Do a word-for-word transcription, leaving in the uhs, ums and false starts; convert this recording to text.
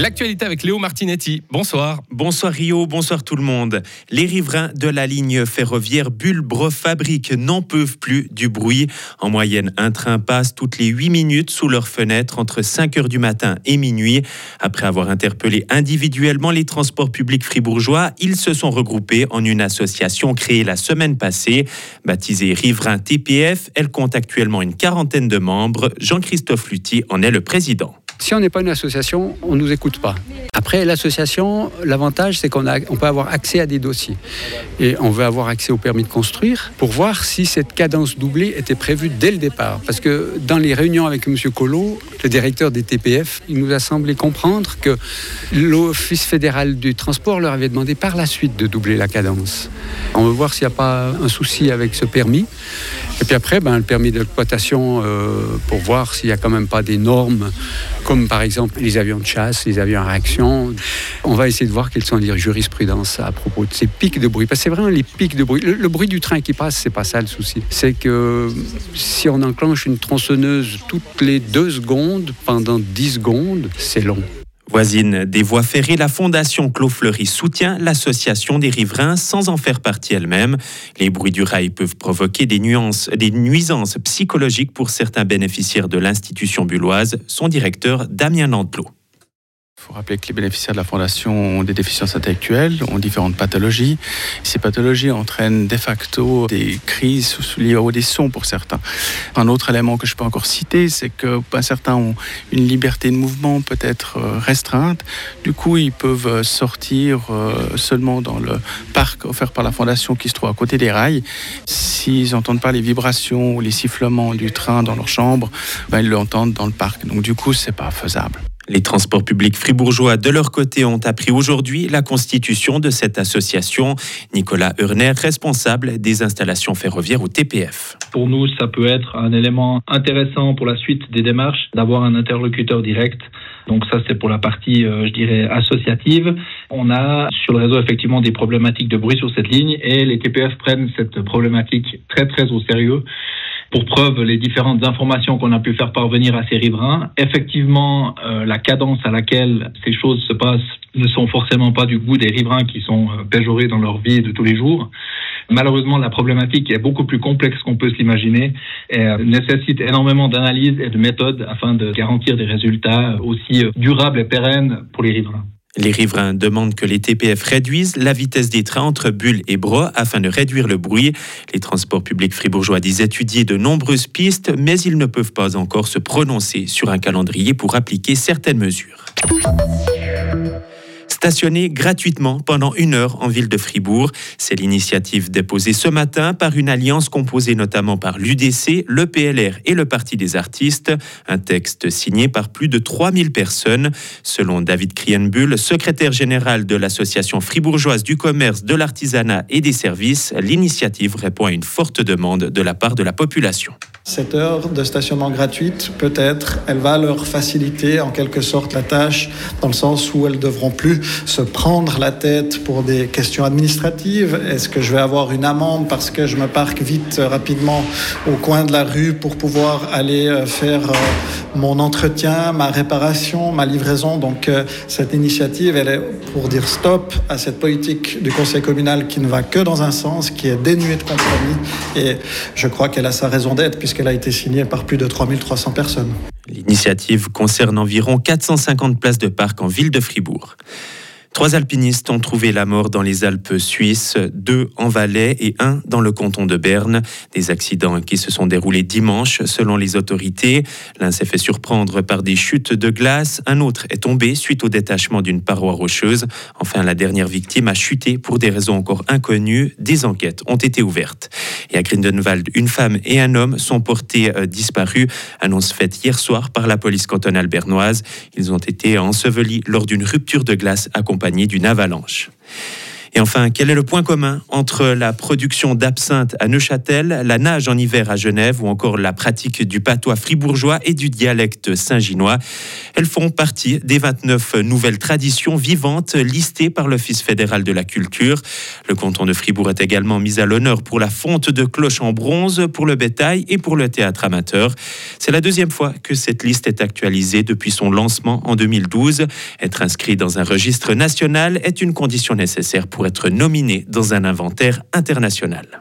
L'actualité avec Léo Martinetti. Bonsoir. Bonsoir Rio, bonsoir tout le monde. Les riverains de la ligne ferroviaire Bulle-Breux-Fabrique n'en peuvent plus du bruit. En moyenne, un train passe toutes les huit minutes sous leur fenêtre entre cinq heures du matin et minuit. Après avoir interpellé individuellement les transports publics fribourgeois, ils se sont regroupés en une association créée la semaine passée. Baptisée Riverains T P F, elle compte actuellement une quarantaine de membres. Jean-Christophe Lutti en est le président. Si on n'est pas une association, on ne nous écoute pas. Après, l'association, l'avantage, c'est qu'on a, on peut avoir accès à des dossiers. Et on veut avoir accès au permis de construire pour voir si cette cadence doublée était prévue dès le départ. Parce que dans les réunions avec M. Collot, le directeur des T P F, il nous a semblé comprendre que l'Office fédéral du transport leur avait demandé par la suite de doubler la cadence. On veut voir s'il n'y a pas un souci avec ce permis. Et puis après, ben, le permis d'exploitation euh, pour voir s'il n'y a quand même pas des normes, comme par exemple les avions de chasse, les avions à réaction. On va essayer de voir quelles sont les jurisprudences à propos de ces pics de bruit. Parce que c'est vraiment les pics de bruit. Le, le bruit du train qui passe, c'est pas ça le souci. C'est que si on enclenche une tronçonneuse toutes les deux secondes, pendant dix secondes, c'est long. Voisine des voies ferrées, la Fondation Clos Fleury soutient l'association des riverains sans en faire partie elle-même. Les bruits du rail peuvent provoquer des, nuances, des nuisances psychologiques pour certains bénéficiaires de l'institution bulloise. Son directeur, Damien Lantelot. Il faut rappeler que les bénéficiaires de la Fondation ont des déficiences intellectuelles, ont différentes pathologies. Ces pathologies entraînent de facto des crises liées aux des sons pour certains. Un autre élément que je peux encore citer, c'est que ben, certains ont une liberté de mouvement peut-être restreinte. Du coup, ils peuvent sortir seulement dans le parc offert par la Fondation qui se trouve à côté des rails. S'ils n'entendent pas les vibrations ou les sifflements du train dans leur chambre, ben, ils l'entendent dans le parc. Donc du coup, c'est pas faisable. Les transports publics fribourgeois, de leur côté, ont appris aujourd'hui la constitution de cette association. Nicolas Hurner, responsable des installations ferroviaires au T P F. Pour nous, ça peut être un élément intéressant pour la suite des démarches, d'avoir un interlocuteur direct. Donc ça, c'est pour la partie, euh, je dirais, associative. On a sur le réseau effectivement des problématiques de bruit sur cette ligne et les T P F prennent cette problématique très très au sérieux. Pour preuve, les différentes informations qu'on a pu faire parvenir à ces riverains, effectivement, euh, la cadence à laquelle ces choses se passent ne sont forcément pas du goût des riverains qui sont euh, péjorés dans leur vie de tous les jours. Malheureusement, la problématique est beaucoup plus complexe qu'on peut s'imaginer et euh, nécessite énormément d'analyses et de méthodes afin de garantir des résultats aussi euh, durables et pérennes pour les riverains. Les riverains demandent que les T P F réduisent la vitesse des trains entre Bulle et Breux afin de réduire le bruit. Les transports publics fribourgeois disent étudier de nombreuses pistes, mais ils ne peuvent pas encore se prononcer sur un calendrier pour appliquer certaines mesures. Stationner gratuitement pendant une heure en ville de Fribourg. C'est l'initiative déposée ce matin par une alliance composée notamment par l'U D C, le P L R et le Parti des artistes. Un texte signé par plus de trois mille personnes. Selon David Krienbuhl, secrétaire général de l'Association fribourgeoise du commerce, de l'artisanat et des services, l'initiative répond à une forte demande de la part de la population. Cette heure de stationnement gratuite, peut-être, elle va leur faciliter en quelque sorte la tâche, dans le sens où elles ne devront plus se prendre la tête pour des questions administratives. Est-ce que je vais avoir une amende parce que je me parque vite, rapidement au coin de la rue pour pouvoir aller faire mon entretien, ma réparation, ma livraison. Donc cette initiative, elle est pour dire stop à cette politique du conseil communal qui ne va que dans un sens, qui est dénuée de compromis. Et je crois qu'elle a sa raison d'être puisqu'elle a été signée par plus de trois mille trois cents personnes. L'initiative concerne environ quatre cent cinquante places de parc en ville de Fribourg. Trois alpinistes ont trouvé la mort dans les Alpes suisses, deux en Valais et un dans le canton de Berne. Des accidents qui se sont déroulés dimanche selon les autorités. L'un s'est fait surprendre par des chutes de glace, un autre est tombé suite au détachement d'une paroi rocheuse. Enfin, la dernière victime a chuté pour des raisons encore inconnues. Des enquêtes ont été ouvertes. Et à Grindenwald, une femme et un homme sont portés euh, disparus. Annonce faite hier soir par la police cantonale bernoise. Ils ont été ensevelis lors d'une rupture de glace accompagnée d'une avalanche. Et enfin, quel est le point commun entre la production d'absinthe à Neuchâtel, la nage en hiver à Genève ou encore la pratique du patois fribourgeois et du dialecte saint-ginois? Elles font partie des vingt-neuf nouvelles traditions vivantes listées par l'Office fédéral de la culture. Le canton de Fribourg est également mis à l'honneur pour la fonte de cloches en bronze, pour le bétail et pour le théâtre amateur. C'est la deuxième fois que cette liste est actualisée depuis son lancement en deux mille douze. Être inscrit dans un registre national est une condition nécessaire pour être nominé dans un inventaire international.